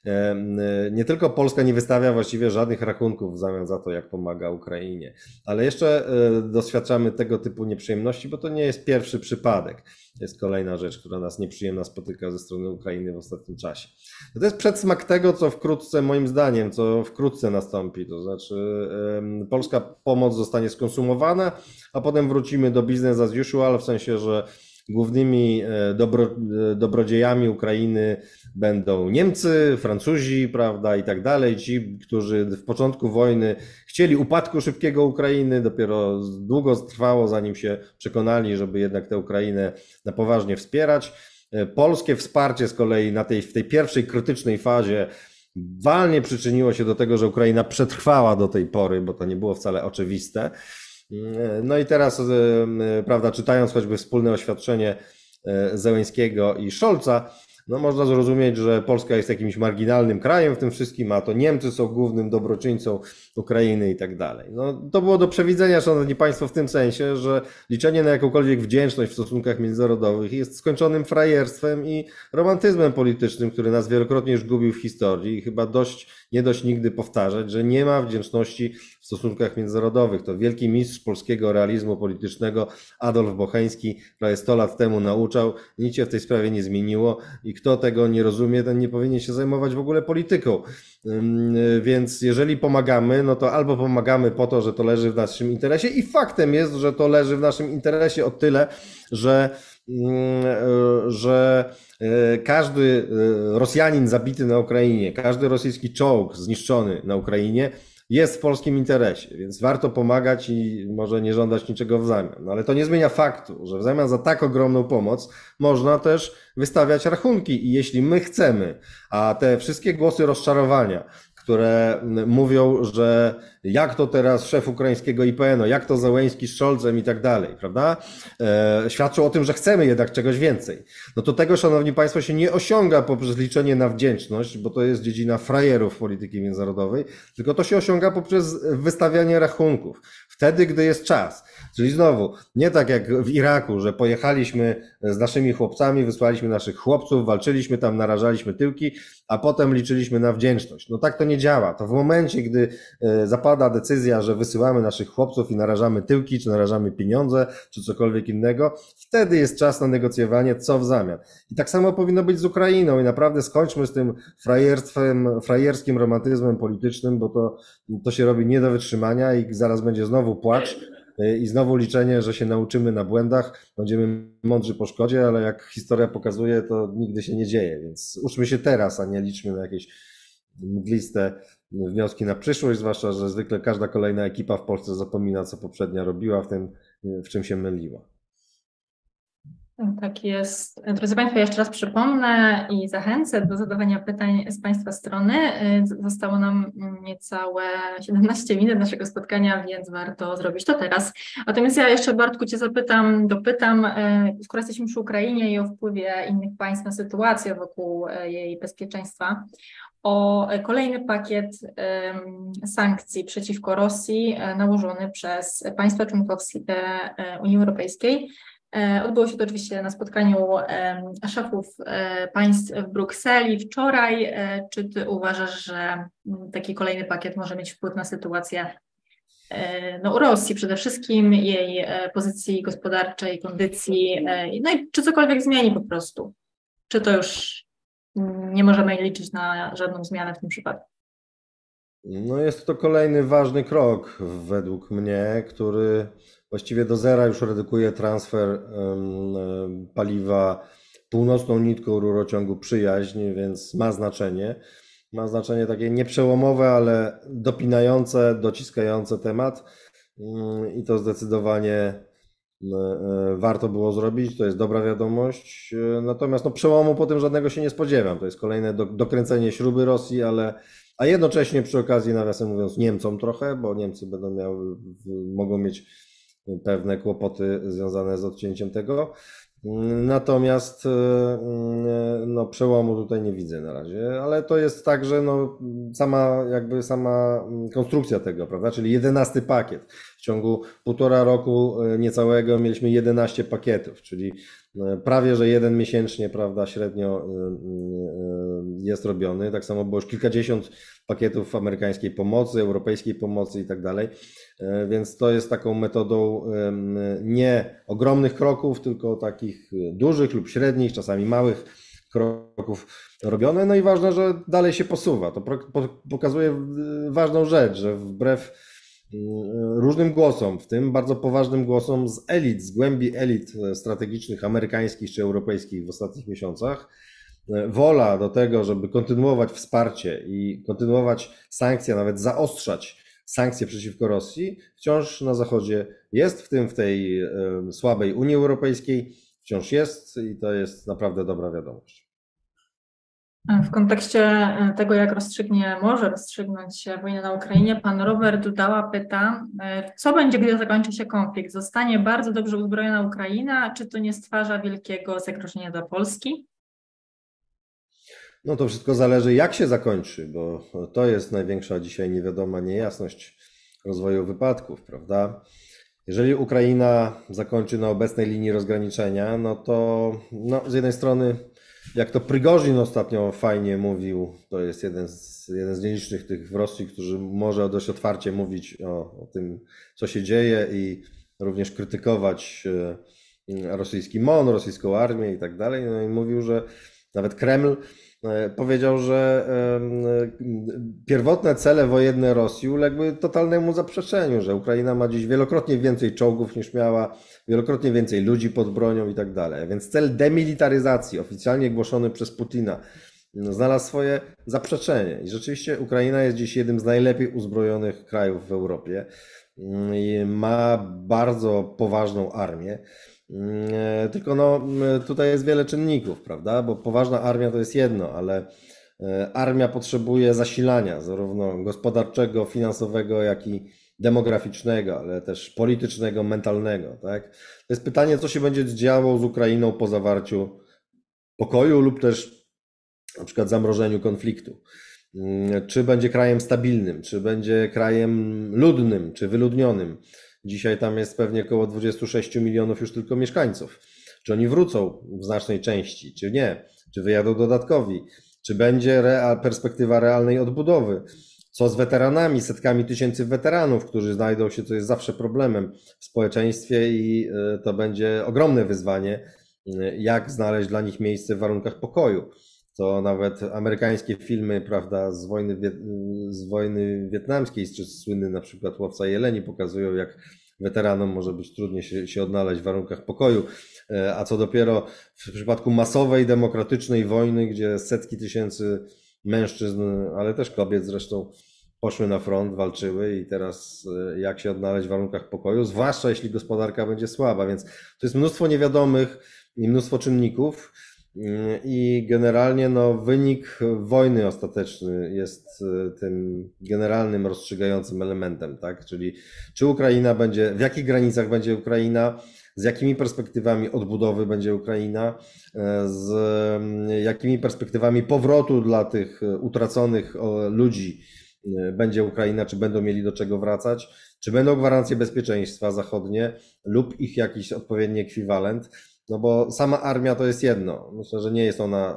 Nie tylko Polska nie wystawia właściwie żadnych rachunków w zamian za to, jak pomaga Ukrainie, ale jeszcze doświadczamy tego typu nieprzyjemności, bo to nie jest pierwszy przypadek. To jest kolejna rzecz, która nas nieprzyjemna spotyka ze strony Ukrainy w ostatnim czasie. To jest przedsmak tego, co wkrótce, moim zdaniem, co wkrótce nastąpi. To znaczy polska pomoc zostanie skonsumowana, a potem wrócimy do business as usual, w sensie, że głównymi dobrodziejami Ukrainy będą Niemcy, Francuzi, prawda, i tak dalej. Ci, którzy w początku wojny chcieli upadku szybkiego Ukrainy, dopiero długo trwało, zanim się przekonali, żeby jednak tę Ukrainę na poważnie wspierać. Polskie wsparcie z kolei w tej pierwszej krytycznej fazie walnie przyczyniło się do tego, że Ukraina przetrwała do tej pory, bo to nie było wcale oczywiste. No i teraz, prawda, czytając choćby wspólne oświadczenie Zełenskiego i Scholza, no można zrozumieć, że Polska jest jakimś marginalnym krajem w tym wszystkim, a to Niemcy są głównym dobroczyńcą Ukrainy i tak dalej. No, to było do przewidzenia, szanowni państwo, w tym sensie, że liczenie na jakąkolwiek wdzięczność w stosunkach międzynarodowych jest skończonym frajerstwem i romantyzmem politycznym, który nas wielokrotnie już gubił w historii i chyba nie dość nigdy powtarzać, że nie ma wdzięczności w stosunkach międzynarodowych. To wielki mistrz polskiego realizmu politycznego Adolf Bocheński prawie 100 lat temu nauczał, nic się w tej sprawie nie zmieniło i kto tego nie rozumie, ten nie powinien się zajmować w ogóle polityką. Więc jeżeli pomagamy, no to albo pomagamy po to, że to leży w naszym interesie i faktem jest, że to leży w naszym interesie o tyle, że każdy Rosjanin zabity na Ukrainie, każdy rosyjski czołg zniszczony na Ukrainie jest w polskim interesie, więc warto pomagać i może nie żądać niczego w zamian. No ale to nie zmienia faktu, że w zamian za tak ogromną pomoc można też wystawiać rachunki i jeśli my chcemy, a te wszystkie głosy rozczarowania, które mówią, że jak to teraz szef ukraińskiego IPN-u, jak to Zełenski z Scholzem i tak dalej, prawda? Świadczą o tym, że chcemy jednak czegoś więcej. No to tego, szanowni państwo, się nie osiąga poprzez liczenie na wdzięczność, bo to jest dziedzina frajerów polityki międzynarodowej, tylko to się osiąga poprzez wystawianie rachunków. Wtedy, gdy jest czas. Czyli znowu, nie tak jak w Iraku, że pojechaliśmy z naszymi chłopcami, wysłaliśmy naszych chłopców, walczyliśmy tam, narażaliśmy tyłki, a potem liczyliśmy na wdzięczność. No tak to nie działa. To w momencie, gdy zapada decyzja, że wysyłamy naszych chłopców i narażamy tyłki, czy narażamy pieniądze, czy cokolwiek innego, wtedy jest czas na negocjowanie, co w zamian. I tak samo powinno być z Ukrainą i naprawdę skończmy z tym frajerskim romantyzmem politycznym, bo to się robi nie do wytrzymania i zaraz będzie znowu płacz i znowu liczenie, że się nauczymy na błędach, będziemy mądrzy po szkodzie, ale jak historia pokazuje, to nigdy się nie dzieje, więc uczmy się teraz, a nie liczmy na jakieś mgliste wnioski na przyszłość, zwłaszcza, że zwykle każda kolejna ekipa w Polsce zapomina, co poprzednia robiła, w czym się myliła. Tak jest. Drodzy Państwo, jeszcze raz przypomnę i zachęcę do zadawania pytań z Państwa strony. Zostało nam niecałe 17 minut naszego spotkania, więc warto zrobić to teraz. Natomiast ja jeszcze, Bartku, Cię dopytam, skoro jesteśmy przy Ukrainie i o wpływie innych państw na sytuację wokół jej bezpieczeństwa, o kolejny pakiet sankcji przeciwko Rosji nałożony przez państwa członkowskie Unii Europejskiej. Odbyło się to oczywiście na spotkaniu szefów państw w Brukseli wczoraj. Czy Ty uważasz, że taki kolejny pakiet może mieć wpływ na sytuację Rosji przede wszystkim, jej pozycji gospodarczej, kondycji, no i czy cokolwiek zmieni po prostu? Czy to już nie możemy liczyć na żadną zmianę w tym przypadku? No jest to kolejny ważny krok według mnie, który właściwie do zera już redukuje transfer paliwa północną nitką rurociągu przyjaźń, więc ma znaczenie. Ma znaczenie takie nieprzełomowe, ale dopinające, dociskające temat i to zdecydowanie warto było zrobić, to jest dobra wiadomość. Natomiast no, przełomu po tym żadnego się nie spodziewam. To jest kolejne dokręcenie śruby Rosji, a jednocześnie przy okazji, nawiasem mówiąc, Niemcom trochę, bo Niemcy mogą mieć pewne kłopoty związane z odcięciem tego. Natomiast no, przełomu tutaj nie widzę na razie, ale to jest także no, sama konstrukcja tego, prawda? Czyli 11 pakiet. W ciągu 1,5 roku niecałego mieliśmy 11 pakietów, czyli prawie że jeden miesięcznie, prawda, średnio jest robiony. Tak samo było już kilkadziesiąt pakietów amerykańskiej pomocy, europejskiej pomocy i tak dalej. Więc to jest taką metodą nie ogromnych kroków, tylko takich dużych lub średnich, czasami małych kroków robione. No i ważne, że dalej się posuwa. To pokazuje ważną rzecz, że wbrew różnym głosom, w tym bardzo poważnym głosom z elit, z głębi elit strategicznych amerykańskich czy europejskich w ostatnich miesiącach, wola do tego, żeby kontynuować wsparcie i kontynuować sankcje, nawet zaostrzać sankcje przeciwko Rosji, wciąż na Zachodzie jest, w tym w tej słabej Unii Europejskiej wciąż jest i to jest naprawdę dobra wiadomość. W kontekście tego, jak może rozstrzygnąć się wojna na Ukrainie, pan Robert Dudała pyta, co będzie, gdy zakończy się konflikt? Zostanie bardzo dobrze uzbrojona Ukraina, czy to nie stwarza wielkiego zagrożenia dla Polski? No to wszystko zależy, jak się zakończy, bo to jest największa dzisiaj niewiadoma niejasność rozwoju wypadków, prawda? Jeżeli Ukraina zakończy na obecnej linii rozgraniczenia, no to z jednej strony, jak to Prigorzin ostatnio fajnie mówił, to jest jeden z nielicznych tych w Rosji, którzy może dość otwarcie mówić o tym, co się dzieje i również krytykować rosyjski MON, rosyjską armię i tak dalej. No i mówił, że nawet Kreml powiedział, że pierwotne cele wojenne Rosji uległy totalnemu zaprzeczeniu, że Ukraina ma dziś wielokrotnie więcej czołgów niż miała, wielokrotnie więcej ludzi pod bronią i tak dalej. Więc cel demilitaryzacji, oficjalnie głoszony przez Putina, znalazł swoje zaprzeczenie. I rzeczywiście Ukraina jest dziś jednym z najlepiej uzbrojonych krajów w Europie. Ma bardzo poważną armię. Tylko tutaj jest wiele czynników, prawda? Bo poważna armia to jest jedno, ale armia potrzebuje zasilania, zarówno gospodarczego, finansowego, jak i demograficznego, ale też politycznego, mentalnego, tak? To jest pytanie, co się będzie działo z Ukrainą po zawarciu pokoju lub też na przykład zamrożeniu konfliktu. Czy będzie krajem stabilnym, czy będzie krajem ludnym, czy wyludnionym. Dzisiaj tam jest pewnie około 26 milionów już tylko mieszkańców. Czy oni wrócą w znacznej części, czy nie? Czy wyjadą dodatkowi? Czy będzie perspektywa realnej odbudowy? Co z weteranami, setkami tysięcy weteranów, którzy znajdą się, co jest zawsze problemem w społeczeństwie i to będzie ogromne wyzwanie, jak znaleźć dla nich miejsce w warunkach pokoju. To nawet amerykańskie filmy, prawda, z wojny wietnamskiej, czy słynny na przykład Łowca Jeleni, pokazują, jak weteranom może być trudniej się odnaleźć w warunkach pokoju, a co dopiero w przypadku masowej, demokratycznej wojny, gdzie setki tysięcy mężczyzn, ale też kobiet zresztą poszły na front, walczyły i teraz jak się odnaleźć w warunkach pokoju, zwłaszcza jeśli gospodarka będzie słaba, więc to jest mnóstwo niewiadomych i mnóstwo czynników. I generalnie wynik wojny ostateczny jest tym generalnym rozstrzygającym elementem, tak? Czyli czy Ukraina będzie, w jakich granicach będzie Ukraina, z jakimi perspektywami odbudowy będzie Ukraina, z jakimi perspektywami powrotu dla tych utraconych ludzi będzie Ukraina, czy będą mieli do czego wracać, czy będą gwarancje bezpieczeństwa zachodnie lub ich jakiś odpowiedni ekwiwalent. No bo sama armia to jest jedno. Myślę, że nie jest ona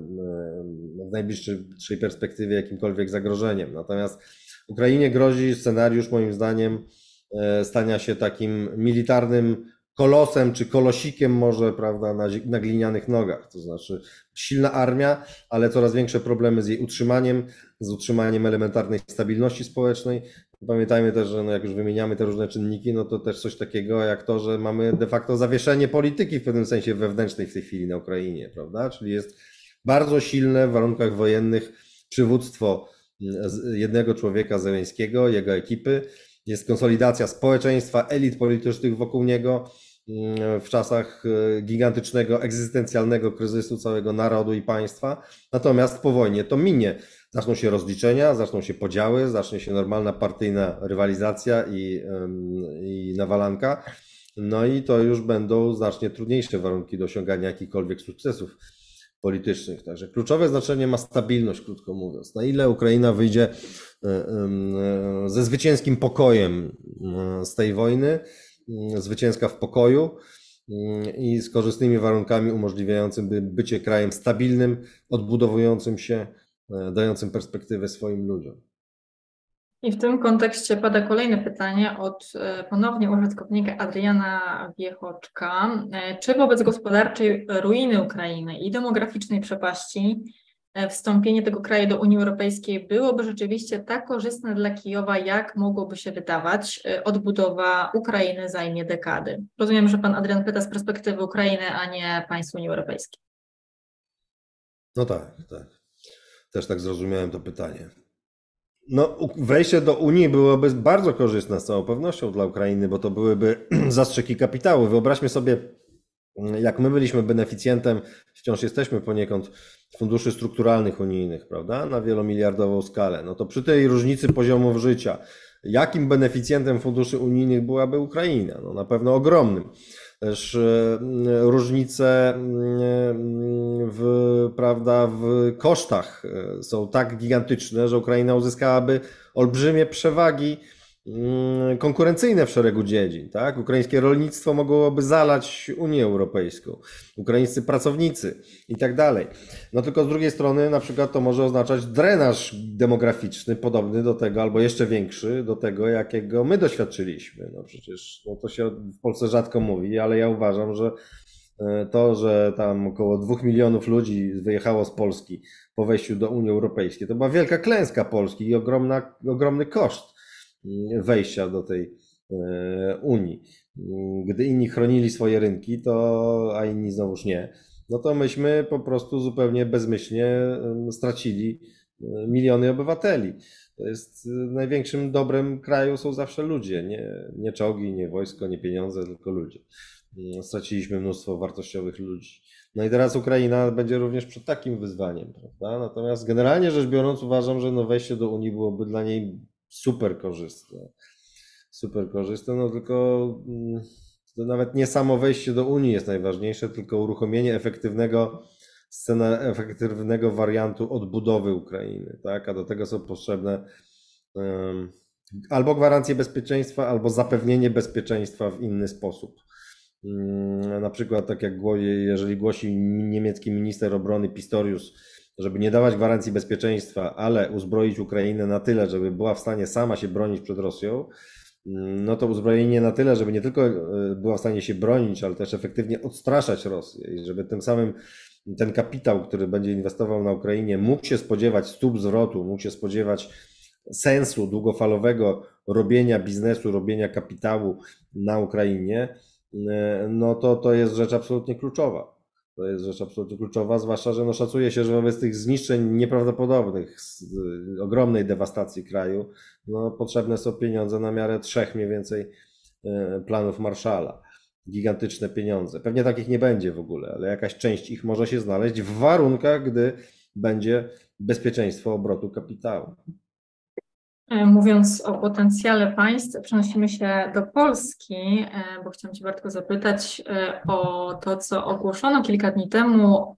w najbliższej perspektywie jakimkolwiek zagrożeniem. Natomiast Ukrainie grozi scenariusz, moim zdaniem, stania się takim militarnym kolosem czy kolosikiem może, prawda, na glinianych nogach. To znaczy silna armia, ale coraz większe problemy z jej utrzymaniem, z utrzymaniem elementarnej stabilności społecznej. Pamiętajmy też, że no jak już wymieniamy te różne czynniki, no to też coś takiego jak to, że mamy de facto zawieszenie polityki w pewnym sensie wewnętrznej w tej chwili na Ukrainie, prawda? Czyli jest bardzo silne w warunkach wojennych przywództwo jednego człowieka, Zełenskiego, jego ekipy. Jest konsolidacja społeczeństwa, elit politycznych wokół niego w czasach gigantycznego, egzystencjalnego kryzysu całego narodu i państwa. Natomiast po wojnie to minie. Zaczną się rozliczenia, zaczną się podziały, zacznie się normalna partyjna rywalizacja i nawalanka. No i to już będą znacznie trudniejsze warunki do osiągania jakichkolwiek sukcesów politycznych. Także kluczowe znaczenie ma stabilność, krótko mówiąc. Na ile Ukraina wyjdzie ze zwycięskim pokojem z tej wojny, zwycięska w pokoju i z korzystnymi warunkami umożliwiającymi bycie krajem stabilnym, odbudowującym się, dającym perspektywę swoim ludziom. I w tym kontekście pada kolejne pytanie od ponownie użytkownika Adriana Wiechoczka. Czy wobec gospodarczej ruiny Ukrainy i demograficznej przepaści wstąpienie tego kraju do Unii Europejskiej byłoby rzeczywiście tak korzystne dla Kijowa, jak mogłoby się wydawać? Odbudowa Ukrainy zajmie dekady. Rozumiem, że pan Adrian pyta z perspektywy Ukrainy, a nie państw Unii Europejskiej. No tak, tak. Też tak zrozumiałem to pytanie. No, wejście do Unii byłoby bardzo korzystne z całą pewnością dla Ukrainy, bo to byłyby zastrzyki kapitału. Wyobraźmy sobie, jak my byliśmy beneficjentem, wciąż jesteśmy poniekąd funduszy strukturalnych unijnych, prawda, na wielomiliardową skalę. No to przy tej różnicy poziomów życia, jakim beneficjentem funduszy unijnych byłaby Ukraina? No na pewno ogromnym. Też różnice prawda, w kosztach są tak gigantyczne, że Ukraina uzyskałaby olbrzymie przewagi konkurencyjne w szeregu dziedzin. Tak? Ukraińskie rolnictwo mogłoby zalać Unię Europejską, ukraińscy pracownicy i tak dalej. No tylko z drugiej strony na przykład to może oznaczać drenaż demograficzny podobny do tego, albo jeszcze większy do tego, jakiego my doświadczyliśmy. No przecież no to się w Polsce rzadko mówi, ale ja uważam, że to, że tam około 2 milionów ludzi wyjechało z Polski po wejściu do Unii Europejskiej, to była wielka klęska Polski i ogromny koszt wejścia do tej Unii. Gdy inni chronili swoje rynki, a inni znowuż nie, no to myśmy po prostu zupełnie bezmyślnie stracili miliony obywateli. To jest największym dobrem kraju są zawsze ludzie, nie czołgi, nie wojsko, nie pieniądze, tylko ludzie. Straciliśmy mnóstwo wartościowych ludzi. No i teraz Ukraina będzie również przed takim wyzwaniem, prawda? Natomiast generalnie rzecz biorąc uważam, że no wejście do Unii byłoby dla niej super korzystne. Super korzystne, no tylko to nawet nie samo wejście do Unii jest najważniejsze, tylko uruchomienie efektywnego wariantu odbudowy Ukrainy, tak? A do tego są potrzebne albo gwarancje bezpieczeństwa, albo zapewnienie bezpieczeństwa w inny sposób. Na przykład tak jak jeżeli głosi niemiecki minister obrony Pistorius, żeby nie dawać gwarancji bezpieczeństwa, ale uzbroić Ukrainę na tyle, żeby była w stanie sama się bronić przed Rosją, no to uzbrojenie na tyle, żeby nie tylko była w stanie się bronić, ale też efektywnie odstraszać Rosję i żeby tym samym ten kapitał, który będzie inwestował na Ukrainie, mógł się spodziewać stóp zwrotu, mógł się spodziewać sensu długofalowego robienia biznesu, robienia kapitału na Ukrainie, no to jest rzecz absolutnie kluczowa. To jest rzecz absolutnie kluczowa, zwłaszcza, że no szacuje się, że wobec tych zniszczeń nieprawdopodobnych, ogromnej dewastacji kraju, no potrzebne są pieniądze na miarę 3 mniej więcej planów Marshalla. Gigantyczne pieniądze. Pewnie takich nie będzie w ogóle, ale jakaś część ich może się znaleźć w warunkach, gdy będzie bezpieczeństwo obrotu kapitału. Mówiąc o potencjale państw, przenosimy się do Polski, bo chciałam Cię, Bartku, zapytać o to, co ogłoszono kilka dni temu,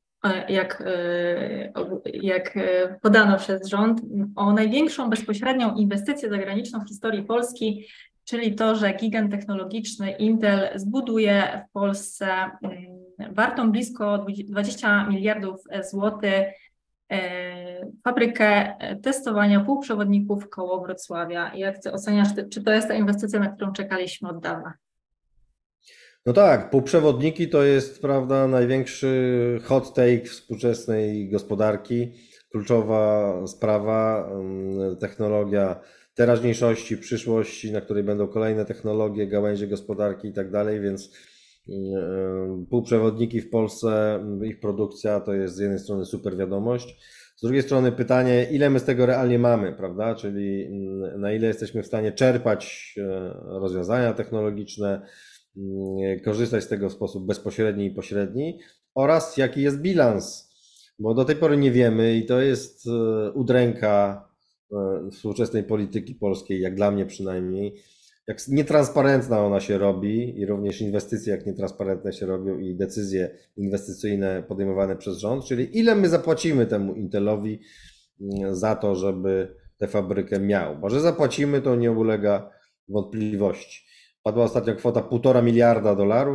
jak podano przez rząd, o największą bezpośrednią inwestycję zagraniczną w historii Polski, czyli to, że gigant technologiczny Intel zbuduje w Polsce wartą blisko 20 miliardów złotych fabrykę testowania półprzewodników koło Wrocławia. Jak Ty oceniasz, czy to jest ta inwestycja, na którą czekaliśmy od dawna? No tak, półprzewodniki to jest, prawda, największy hot take współczesnej gospodarki, kluczowa sprawa, technologia teraźniejszości, przyszłości, na której będą kolejne technologie, gałęzie gospodarki i tak dalej, więc półprzewodniki w Polsce, ich produkcja to jest z jednej strony super wiadomość, z drugiej strony pytanie, ile my z tego realnie mamy, prawda, czyli na ile jesteśmy w stanie czerpać rozwiązania technologiczne, korzystać z tego w sposób bezpośredni i pośredni oraz jaki jest bilans, bo do tej pory nie wiemy i to jest udręka współczesnej polityki polskiej, jak dla mnie przynajmniej, jak nietransparentna ona się robi i również inwestycje jak nietransparentne się robią i decyzje inwestycyjne podejmowane przez rząd, czyli ile my zapłacimy temu Intelowi za to, żeby tę fabrykę miał, bo że zapłacimy, to nie ulega wątpliwości. Padła ostatnio kwota $1,5 miliarda,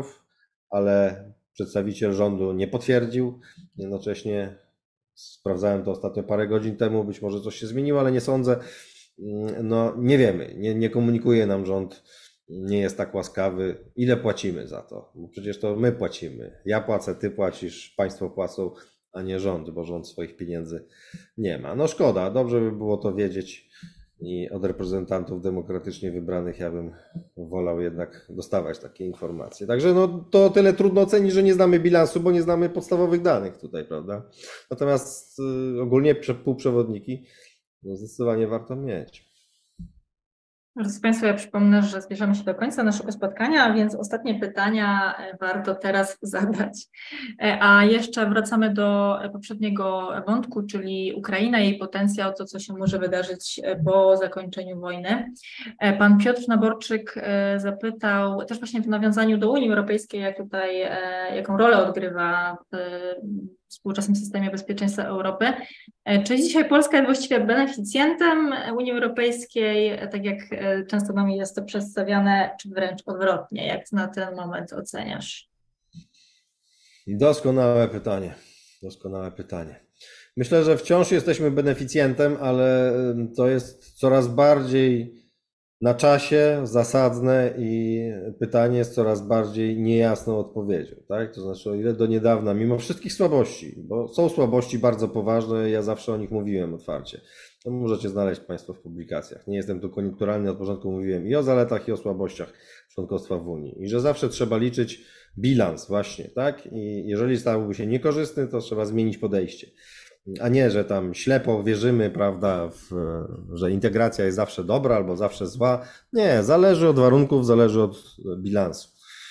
ale przedstawiciel rządu nie potwierdził. Jednocześnie sprawdzałem to ostatnio parę godzin temu, być może coś się zmieniło, ale nie sądzę. No nie wiemy, nie komunikuje nam rząd, nie jest tak łaskawy, ile płacimy za to, bo przecież to my płacimy. Ja płacę, ty płacisz, państwo płacą, a nie rząd, bo rząd swoich pieniędzy nie ma. No szkoda, dobrze by było to wiedzieć. I od reprezentantów demokratycznie wybranych ja bym wolał jednak dostawać takie informacje. Także no, to tyle trudno ocenić, że nie znamy bilansu, bo nie znamy podstawowych danych tutaj, prawda? Natomiast ogólnie półprzewodniki no, zdecydowanie warto mieć. Drodzy Państwo, ja przypomnę, że zbliżamy się do końca naszego spotkania, więc ostatnie pytania warto teraz zadać. A jeszcze wracamy do poprzedniego wątku, czyli Ukraina, jej potencjał, to co się może wydarzyć po zakończeniu wojny. Pan Piotr Naborczyk zapytał, też właśnie w nawiązaniu do Unii Europejskiej, jaką rolę odgrywa w współczesnym systemie bezpieczeństwa Europy. Czy dzisiaj Polska jest właściwie beneficjentem Unii Europejskiej, tak jak często nam jest to przedstawiane, czy wręcz odwrotnie? Jak na ten moment oceniasz? Doskonałe pytanie. Doskonałe pytanie. Myślę, że wciąż jesteśmy beneficjentem, ale to jest coraz bardziej na czasie, zasadne i pytanie z coraz bardziej niejasną odpowiedzią, tak? To znaczy, o ile do niedawna, mimo wszystkich słabości, bo są słabości bardzo poważne, ja zawsze o nich mówiłem otwarcie. To możecie znaleźć Państwo w publikacjach. Nie jestem tu koniunkturalny, od początku mówiłem i o zaletach, i o słabościach członkostwa w Unii. I że zawsze trzeba liczyć bilans właśnie, tak? I jeżeli stałby się niekorzystny, to trzeba zmienić podejście. A nie, że tam ślepo wierzymy, prawda, że integracja jest zawsze dobra albo zawsze zła. Nie, zależy od warunków, zależy od bilansu.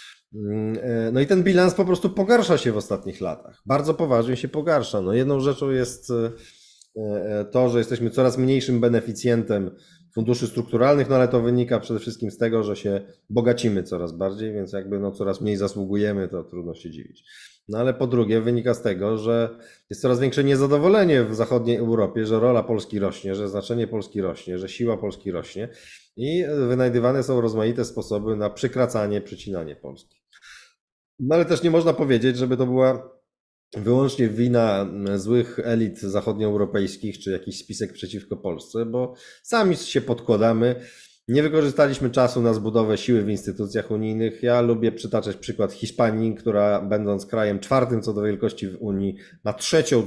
No i ten bilans po prostu pogarsza się w ostatnich latach. Bardzo poważnie się pogarsza. No jedną rzeczą jest to, że jesteśmy coraz mniejszym beneficjentem funduszy strukturalnych, no ale to wynika przede wszystkim z tego, że się bogacimy coraz bardziej, więc jakby no coraz mniej zasługujemy, to trudno się dziwić. No ale po drugie wynika z tego, że jest coraz większe niezadowolenie w zachodniej Europie, że rola Polski rośnie, że znaczenie Polski rośnie, że siła Polski rośnie i wynajdywane są rozmaite sposoby na przykracanie, przycinanie Polski. No ale też nie można powiedzieć, żeby to była wyłącznie wina złych elit zachodnioeuropejskich, czy jakiś spisek przeciwko Polsce, bo sami się podkładamy. Nie wykorzystaliśmy czasu na zbudowę siły w instytucjach unijnych. Ja lubię przytaczać przykład Hiszpanii, która będąc krajem czwartym co do wielkości w Unii, ma trzecią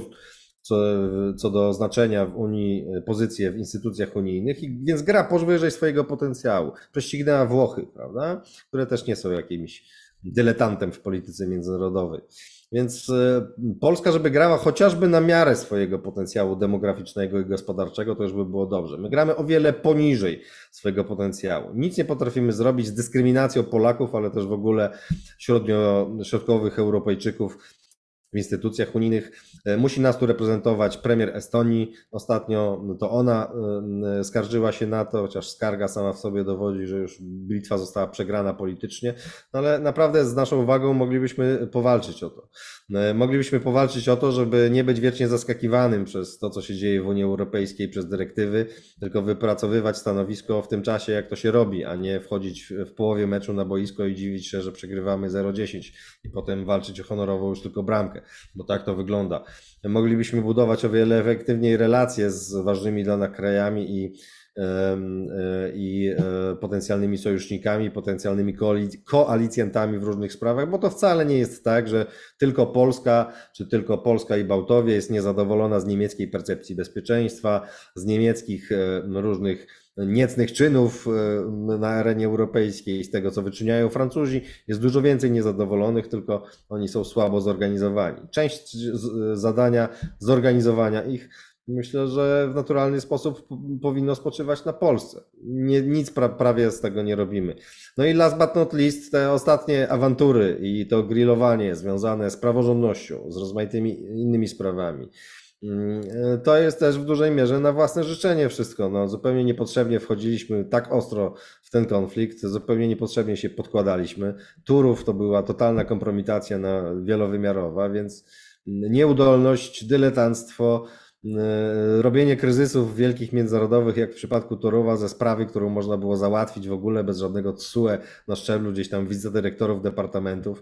co do znaczenia w Unii pozycję w instytucjach unijnych, więc gra powyżej swojego potencjału. Prześcignęła Włochy, prawda, które też nie są jakimś dyletantem w polityce międzynarodowej. Więc Polska, żeby grała chociażby na miarę swojego potencjału demograficznego i gospodarczego, to już by było dobrze. My gramy o wiele poniżej swojego potencjału. Nic nie potrafimy zrobić z dyskryminacją Polaków, ale też w ogóle środkowych Europejczyków w instytucjach unijnych. Musi nas tu reprezentować premier Estonii. Ostatnio to ona skarżyła się na to, chociaż skarga sama w sobie dowodzi, że już bitwa została przegrana politycznie, no ale naprawdę z naszą uwagą moglibyśmy powalczyć o to. Moglibyśmy powalczyć o to, żeby nie być wiecznie zaskakiwanym przez to, co się dzieje w Unii Europejskiej, przez dyrektywy, tylko wypracowywać stanowisko w tym czasie, jak to się robi, a nie wchodzić w połowie meczu na boisko i dziwić się, że przegrywamy 0-10 i potem walczyć o honorową już tylko bramkę, bo tak to wygląda. Moglibyśmy budować o wiele efektywniej relacje z ważnymi dla nas krajami i i potencjalnymi sojusznikami, potencjalnymi koalicjantami w różnych sprawach, bo to wcale nie jest tak, że tylko Polska, czy tylko Polska i Bałtowie jest niezadowolona z niemieckiej percepcji bezpieczeństwa, z niemieckich różnych niecnych czynów na arenie europejskiej, z tego co wyczyniają Francuzi. Jest dużo więcej niezadowolonych, tylko oni są słabo zorganizowani. Część zadania zorganizowania ich, myślę, że w naturalny sposób powinno spoczywać na Polsce. Nic prawie z tego nie robimy. No i last but not least, te ostatnie awantury i to grillowanie związane z praworządnością, z rozmaitymi innymi sprawami. To jest też w dużej mierze na własne życzenie wszystko. No, zupełnie niepotrzebnie wchodziliśmy tak ostro w ten konflikt, zupełnie niepotrzebnie się podkładaliśmy. Turów to była totalna kompromitacja wielowymiarowa, więc nieudolność, dyletanctwo, robienie kryzysów wielkich międzynarodowych, jak w przypadku Turowa, ze sprawy, którą można było załatwić w ogóle bez żadnego TSUE na szczeblu gdzieś tam wicedyrektorów departamentów,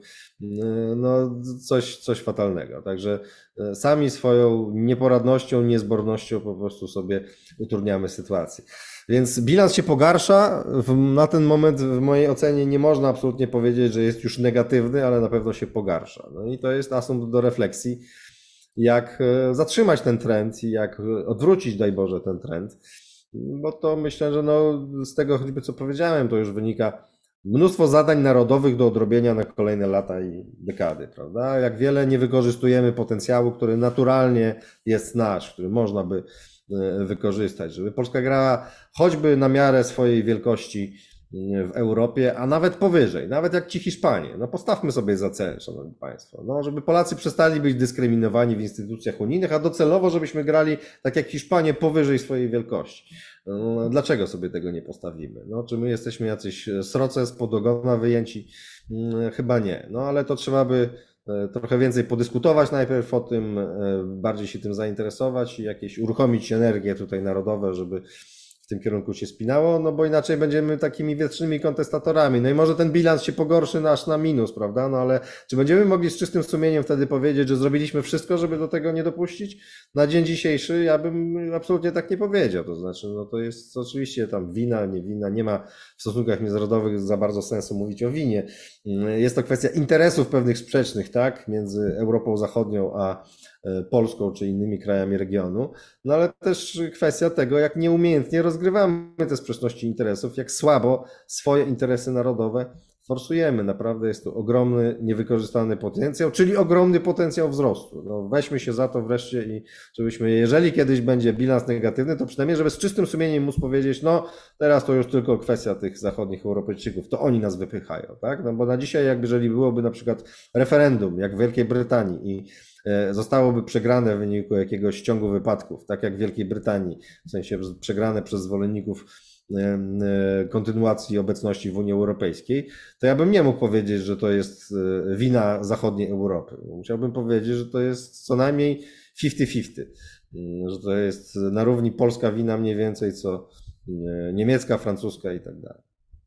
no coś fatalnego. Także sami swoją nieporadnością, niezbornością po prostu sobie utrudniamy sytuację. Więc bilans się pogarsza. Na ten moment w mojej ocenie nie można absolutnie powiedzieć, że jest już negatywny, ale na pewno się pogarsza. No i to jest asumpt do refleksji, jak zatrzymać ten trend i jak odwrócić, daj Boże, ten trend, bo to myślę, że no, z tego choćby co powiedziałem, to już wynika mnóstwo zadań narodowych do odrobienia na kolejne lata i dekady, prawda? Jak wiele nie wykorzystujemy potencjału, który naturalnie jest nasz, który można by wykorzystać, żeby Polska grała choćby na miarę swojej wielkości w Europie, a nawet powyżej, nawet jak ci Hiszpanie. No postawmy sobie za cel, szanowni państwo, no, żeby Polacy przestali być dyskryminowani w instytucjach unijnych, a docelowo, żebyśmy grali tak jak Hiszpanie powyżej swojej wielkości. No, dlaczego sobie tego nie postawimy? No, czy my jesteśmy jacyś sroce spod ogona wyjęci? Chyba nie. No ale to trzeba by trochę więcej podyskutować najpierw o tym, bardziej się tym zainteresować i jakieś uruchomić energię tutaj narodowe, żeby w tym kierunku się spinało, no bo inaczej będziemy takimi wietrznymi kontestatorami. No i może ten bilans się pogorszy aż na minus, prawda? No ale czy będziemy mogli z czystym sumieniem wtedy powiedzieć, że zrobiliśmy wszystko, żeby do tego nie dopuścić? Na dzień dzisiejszy ja bym absolutnie tak nie powiedział. To znaczy, no to jest oczywiście tam wina, nie wina, nie ma w stosunkach międzynarodowych za bardzo sensu mówić o winie. Jest to kwestia interesów pewnych sprzecznych, tak? Między Europą Zachodnią a Polską czy innymi krajami regionu, no ale też kwestia tego, jak nieumiejętnie rozgrywamy te sprzeczności interesów, jak słabo swoje interesy narodowe forsujemy. Naprawdę jest tu ogromny, niewykorzystany potencjał, czyli ogromny potencjał wzrostu. No weźmy się za to wreszcie i żebyśmy, jeżeli kiedyś będzie bilans negatywny, to przynajmniej, żeby z czystym sumieniem móc powiedzieć, no teraz to już tylko kwestia tych zachodnich Europejczyków, to oni nas wypychają, tak? No bo na dzisiaj, jeżeli byłoby na przykład referendum, jak w Wielkiej Brytanii i zostałoby przegrane w wyniku jakiegoś ciągu wypadków, tak jak w Wielkiej Brytanii, w sensie przegrane przez zwolenników kontynuacji obecności w Unii Europejskiej, to ja bym nie mógł powiedzieć, że to jest wina zachodniej Europy. Musiałbym powiedzieć, że to jest co najmniej 50-50, że to jest na równi polska wina mniej więcej, co niemiecka, francuska i tak dalej.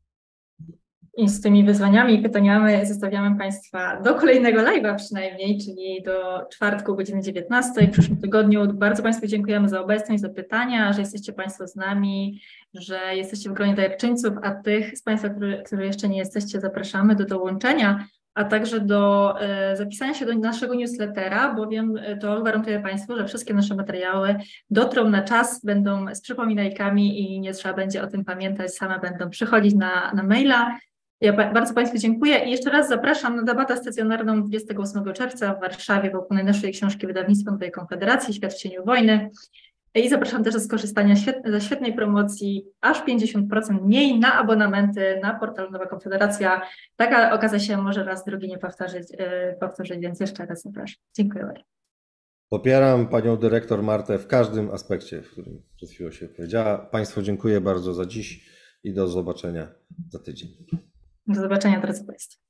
I z tymi wyzwaniami i pytaniami zostawiamy Państwa do kolejnego live'a przynajmniej, czyli do czwartku godziny 19 w przyszłym tygodniu. Bardzo Państwu dziękujemy za obecność, za pytania, że jesteście Państwo z nami, że jesteście w gronie darczyńców, a tych z Państwa, którzy jeszcze nie jesteście, zapraszamy do dołączenia, a także do zapisania się do naszego newslettera, bowiem to gwarantuje Państwu, że wszystkie nasze materiały dotrą na czas, będą z przypominajkami i nie trzeba będzie o tym pamiętać, same będą przychodzić na maila. Ja bardzo Państwu dziękuję i jeszcze raz zapraszam na debatę stacjonarną 28 czerwca w Warszawie wokół najnowszej książki wydawnictwa Nowej Konfederacji Świat w cieniu wojny i zapraszam też do skorzystania ze świetnej promocji aż 50% mniej na abonamenty na portalu Nowa Konfederacja. Taka okazja się może raz drugi nie powtórzyć, więc jeszcze raz zapraszam. Dziękuję bardzo. Popieram panią dyrektor Martę w każdym aspekcie, w którym przed chwilą się powiedziała. Państwu dziękuję bardzo za dziś i do zobaczenia za tydzień. Do zobaczenia, drodzy Państwo.